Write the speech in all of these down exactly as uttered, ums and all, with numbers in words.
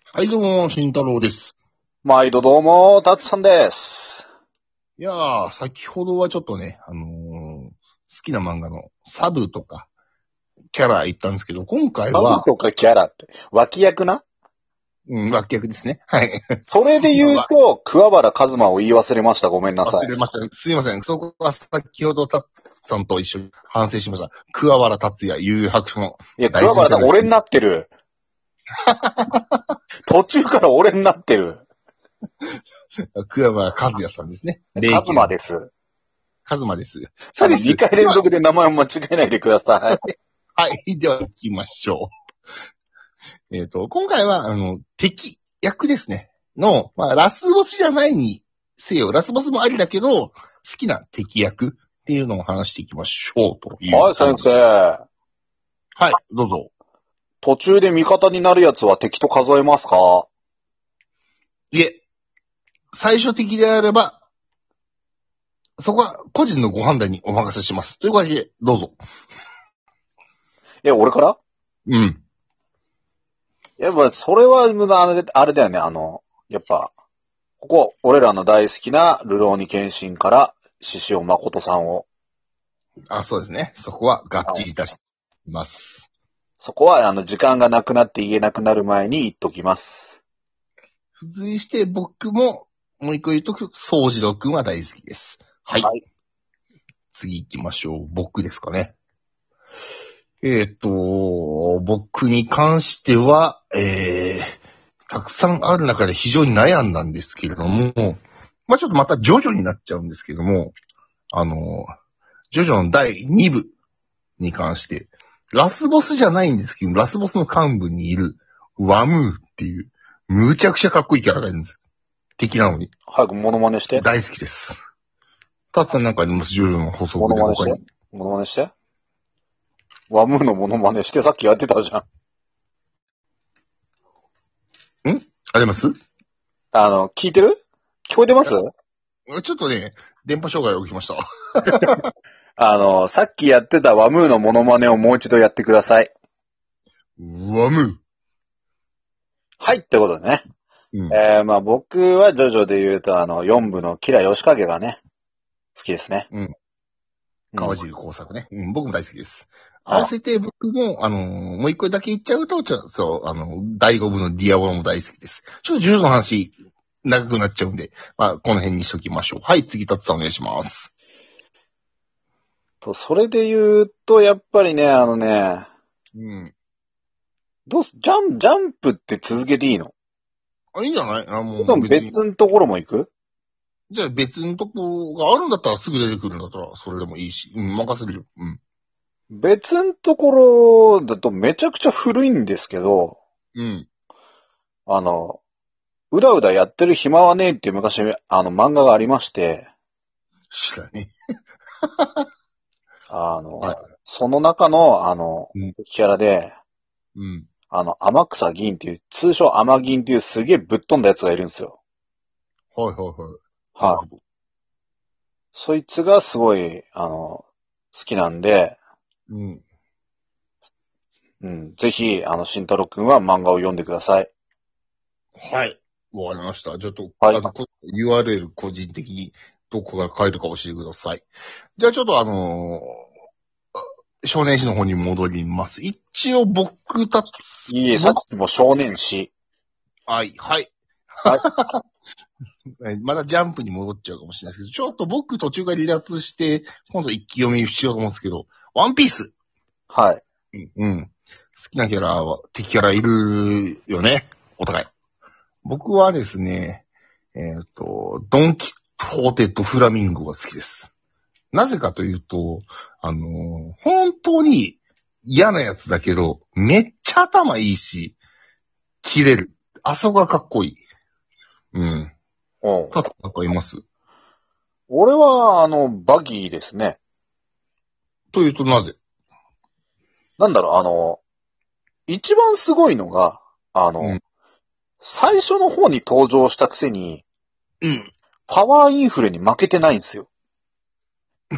はい、どうも、慎太郎です。 毎度どうも、たつさんです。 いやー、先ほどはちょっとね、あのー、好きな漫画のサブとか、キャラ言ったんですけど、今回サブは、 とかキャラって、脇役な。 うん、脇役ですね。はい。 それで言うわと、桑原一馬を言い忘れました。ごめんなさい。 忘れました。すいません。そこは先ほど、たつさんと一緒に反省しました。桑原達也、悠々白書のいや、 大桑原だ、 先生です。 俺になってる。途中から俺になってる。 桑原和也さんですね。 一馬です。 カズマです。そうあの、 です。 にかい連続で名前を間違えないでください。 はい。では行きましょう。えっ、と、今回は、あの、敵役ですね。の、まあ、ラスボスじゃないにせよ、ラスボスもありだけど、好きな敵役っていうのを話していきましょうという。 はい、先生。 はい、どうぞ。 途中で味方になるやつは敵と数えますか？ いえ、最初敵であれば、そこは個人のご判断にお任せします。というわけで、どうぞ。 え、俺から？ うん。 やっぱ、それは、あれ、あれだよね、あの、やっぱ、ここ、俺らの大好きな、ルローニケンシンから、獅子王誠さんを。 あ、そうですね。そこはがっちりいたします。 そこは、あの、時間がなくなって言えなくなる前に言っときます。 付随して僕も、もう一個言うとく、宗次郎くんは大好きです。はい。 はい。 次行きましょう。僕ですかね。えっ、と、僕に関しては、えー、たくさんある中で非常に悩んだんですけれども、まあ、ちょっとまたジョジョになっちゃうんですけども、あの、ジョジョのだいにぶに関して、ラスボスじゃないんですけど、ラスボスの幹部にいるワムーっていう、むちゃくちゃかっこいいキャラがいるんです。敵なのに。 早くモノマネして。 大好きです。タツさんなんかあります？ジョジョの補足モノマネしで他に。 て。モノマネして。ワムーのモノマネして、さっきやってたじゃん。 んあります？ あの、聞いてる？聞こえてます？ ちょっとね、電波障害が起きました。 あの、さっきやってたワムーのモノマネをもう一度やってください。 ワム。 はい、ってことでね。 うん。 えー、まあ僕はジョジョで言うと、あの、よん部のキラヨシカゲがね、好きですね。 うん。 うん川尻工作ね。うん、僕も大好きです。合はいわせて僕も、あのーもう一個だけ言っちゃうと、ちょ、そう、あの、だいご部のディアボロも大好きです。ちょっとジョジョの話、長くなっちゃうんで、まあ、この辺にしときましょう。はい、次、タツさんお願いします。 と、それで言うと、やっぱりね、あのね、 うん。 どうす、ジャン、ジャンプって続けていいの？ あ、いいんじゃない？あ、もそれともう別に。 別のところも行く？ じゃあ別のとこがあるんだったらすぐ出てくるんだったら、それでもいいし。うん、任せるよ。うん。 別のところだとめちゃくちゃ古いんですけど、 うん。 あの、うだうだやってる暇はねえっていう昔、あの漫画がありまして、 知らねあえ。はの、 い。 その中の、あの、 うん。 キャラで、 うん。 あの、天草銀っていう、通称天銀っていうすげえぶっ飛んだやつがいるんですよ。 はいはいはい。なるはい。 ほど。 そいつがすごい、あの、好きなんで、 うん。 うん、ぜひ、あの、慎太郎くんは漫画を読んでください。 はい。わかりました。ちょっと、 はいあの、こ ユーアールエル 個人的にどこから変えるか教えてください。じゃあちょっとあのー少年誌の方に戻ります。一応僕た、 いいえ、さっきも少年誌。 はい、はい。 はい。 まだジャンプに戻っちゃうかもしれないですけど、ちょっと僕途中から離脱して、今度一気読みしようと思うんですけど、ワンピース。 はい。 うん。好きなキャラは、敵キャラいるよね。お互い。僕はですね、えっ、と、ドンキホーテとフラミンゴが好きです。なぜかというと、あのー本当に嫌なやつだけど、めっちゃ頭いいし、切れる。あそこがかっこいい。うん。 うん。 ただ、なんかいます。 俺は、あの、バギーですね。 というとなぜ？ なんだろう、あの、一番すごいのが、あの、 うん。 最初の方に登場したくせに、 うん。 パワーインフレに負けてないんですよ。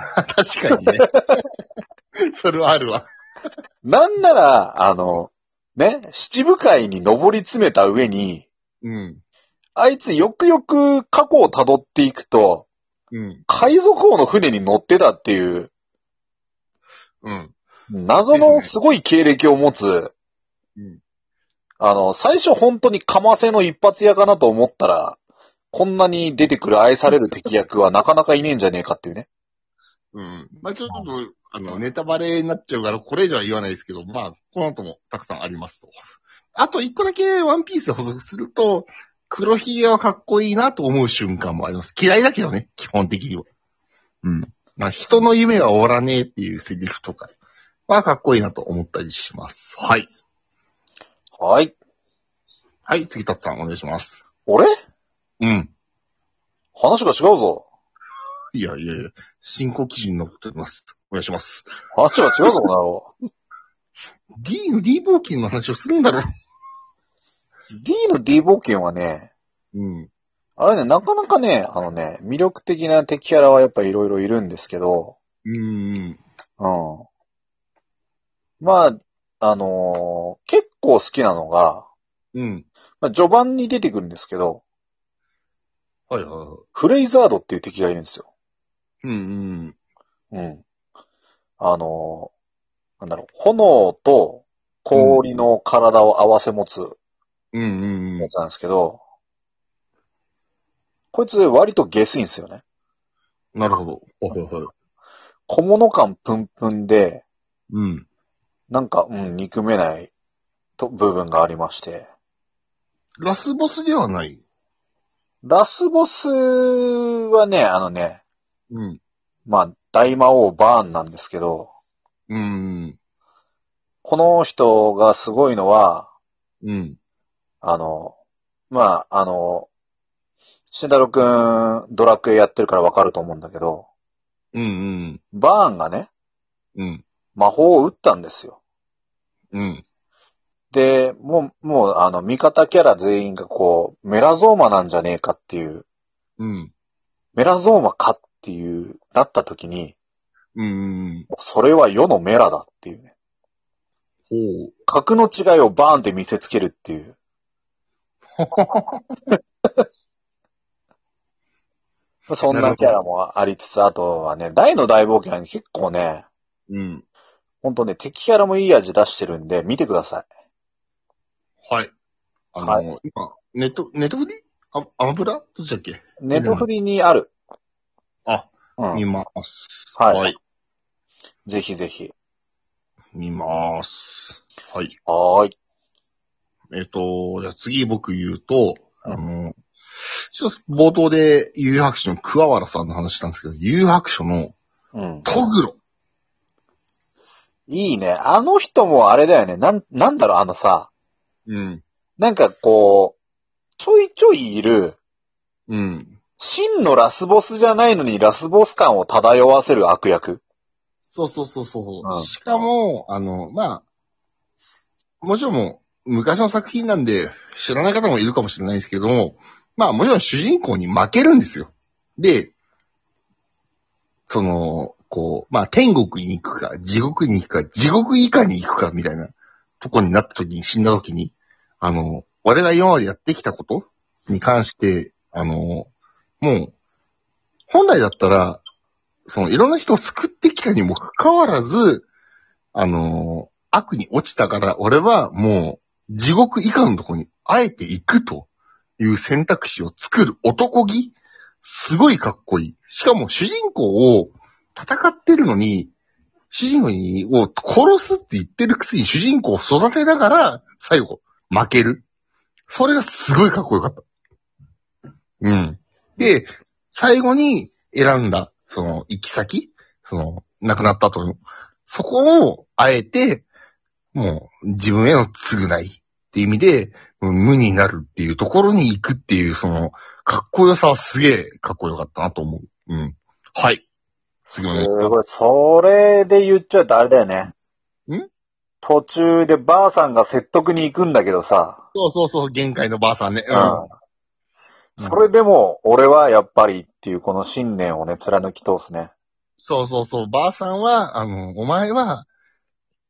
確かにね。それはあるわ。 なんなら、あの、 ね、七部会に上り詰めた上に、 うん。 あいつよくよく過去を辿っていくと、 うん。 海賊王の船に乗ってたっていう、 うん。 謎のすごい経歴を持つ、 うん。 あの、最初本当にかませの一発屋かなと思ったら、こんなに出てくる愛される敵役はなかなかいねえんじゃねえかっていうね。 うん。まあちょっと、あの、ネタバレになっちゃうから、これ以上は言わないですけど、まあ、この後もたくさんありますと。あと一個だけワンピースで補足すると、黒ひげはかっこいいなと思う瞬間もあります。嫌いだけどね、基本的には。うん。まあ、人の夢は終わらねえっていうセリフとかはかっこいいなと思ったりします。はい。 はい。 はい、次たつさんお願いします。 俺うん。 話が違うぞ。 いやいやいや、進行基準に乗っております。お願いします。 話が違うぞ、この野郎。 D の D 冒険の話をするんだろ。 D の D 冒険はね、 うん。 あれね、なかなかね、あのね、魅力的な敵キャラはやっぱいろいろいるんですけど、 うーん。 うん。まあ、あのー結構好きなのが、 うん。 まあ、序盤に出てくるんですけど、 はいはいはい。 フレイザードっていう敵がいるんですよ。 うんうん。 うん。あのーなんだろう、炎と氷の体を合わせ持つうんうんうん。 やつなんですけど、こいつ割と下水んですよね。 なるほど。はいはいはい。 小物感プンプンで、 うん。 なんか、うん、憎めないと部分がありまして。 ラスボスではない。 ラスボスはね、あのね、 うん。 まあ、大魔王バーンなんですけど、 うん。 この人がすごいのは、 うん。 あの、まあ、あの、慎太郎くん、ドラクエやってるからわかると思うんだけど、 うんうん。 バーンがね、 うん。 魔法を打ったんですよ。 うん。 で、もう、もう、あの、味方キャラ全員がこう、メラゾーマなんじゃねえかっていう、 うん。 メラゾーマかっていう、だった時に、 うん。 それは世のメラだっていうね。 ほう。 格の違いをバーンって見せつけるっていう。そんなキャラもありつつ、あとはね、大の大冒険は結構ね、 うん。 ほんとね、敵キャラもいい味出してるんで、見てください。 はい。あの、 は今、ネット、ネットフリあ、アマプラどっちだっけ？ ネトフリにある。 あ、 うん。 見ます。 はいはい。 ぜひぜひ。 見ます。はい。 はーい。 えっと、じゃあ次僕言うと、 うんあの、ちょっと冒頭で有白書の桑原さんの話したんですけど、有白書のうん。 トグロ。 いいね。あの人もあれだよね。なん、なんだろう、あのさ、 うん。 なんかこう、ちょいちょいいる、 うん。 真のラスボスじゃないのにラスボス感を漂わせる悪役。 そうそうそうそう。 うんしかも、あの、まあ、もちろんもう、昔の作品なんで、知らない方もいるかもしれないですけども、まあ、もちろん主人公に負けるんですよ。で、その、こう、まあ、天国に行くか、地獄に行くか、地獄以下に行くか、みたいなとこになった時に、死んだ時に、あの、我が今までやってきたことに関して、あの、もう、本来だったら、その、いろんな人を救ってきたにもかかわらず、あの、悪に落ちたから、俺はもう、地獄以下のとこに、あえて行くという選択肢を作る男気すごいかっこいい。しかも主人公を戦ってるのに、主人公を殺すって言ってるくせに主人公を育てながら、最後、負ける。それがすごいかっこよかった。うん。で、最後に選んだ、その、行き先その、亡くなった後の、そこを、あえて、もう、自分への償いっていう意味で、無になるっていうところに行くっていう、その、かっこよさはすげえかっこよかったなと思う。うん。はい。 すごい。それで言っちゃうとあれだよね。 ん途中でばあさんが説得に行くんだけどさ。 そうそうそう、限界のばあさんね。 うん。それでも、俺はやっぱりっていうこの信念をね、貫き通すね。 そうそうそう、ばあさんは、あの、お前は、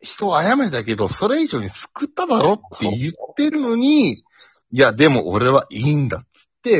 人を殺めたけど、それ以上に救っただろって言ってるのに、いや、でも俺はいいんだっつって、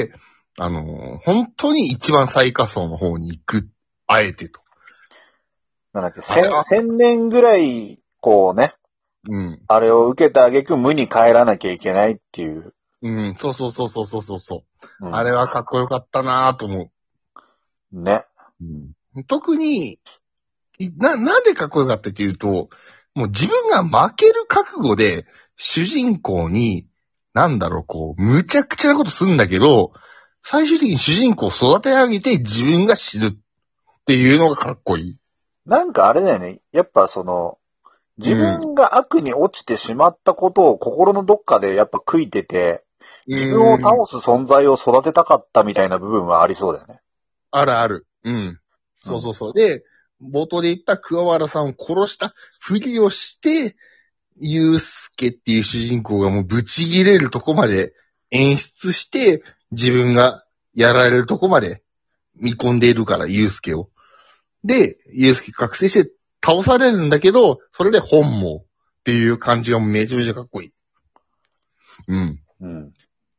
あのー、本当に一番最下層の方に行く、あえてと。 なんだっけ、千、千年ぐらい、こうね、 うん。 あれを受けた挙句無に帰らなきゃいけないっていう。 うん、そうそうそうそうそうそう、うん。 あれはかっこよかったなぁと思う。ね。 うん、特に、な、なんでかっこよかったっていうと、もう自分が負ける覚悟で、主人公に、なんだろう、こう、むちゃくちゃなことすんだけど、最終的に主人公を育て上げて自分が死ぬっていうのがかっこいい。 なんかあれだよね。やっぱその、自分が悪に落ちてしまったことを心のどっかでやっぱ悔いてて、自分を倒す存在を育てたかったみたいな部分はありそうだよね。 あるある。うん。そうそうそう。うん、で、冒頭で言った桑原さんを殺したふりをして、ゆうすけっていう主人公がもうブチ切れるとこまで演出して、自分がやられるとこまで見込んでいるから、ゆうすけを。で、ゆうすけ覚醒して倒されるんだけど、それで本望っていう感じがめちゃめちゃかっこいい。うん。 うん。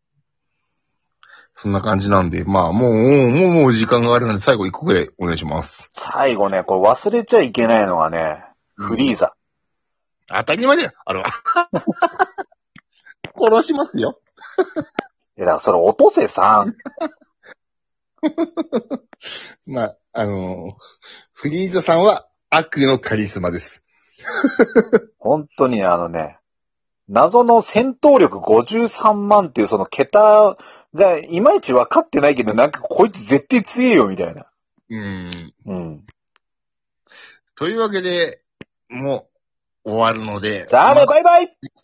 そんな感じなんで、まあ、もう、もう、もう、もう時間があるので、最後一個ぐらいお願いします。 最後ね、これ忘れちゃいけないのがね、フリーザ。 当たり前だよ、あれは。殺しますよ。 いや、だからそれ落とせさん。 まあ、あのー、フリーザさんは悪のカリスマです。 本当にあのね、謎の戦闘力ごじゅうさんまんっていうその桁がいまいち分かってないけど、なんかこいつ絶対強えよみたいな。 うん。 うん。 というわけで、もう終わるので。 じゃあね、バイバイ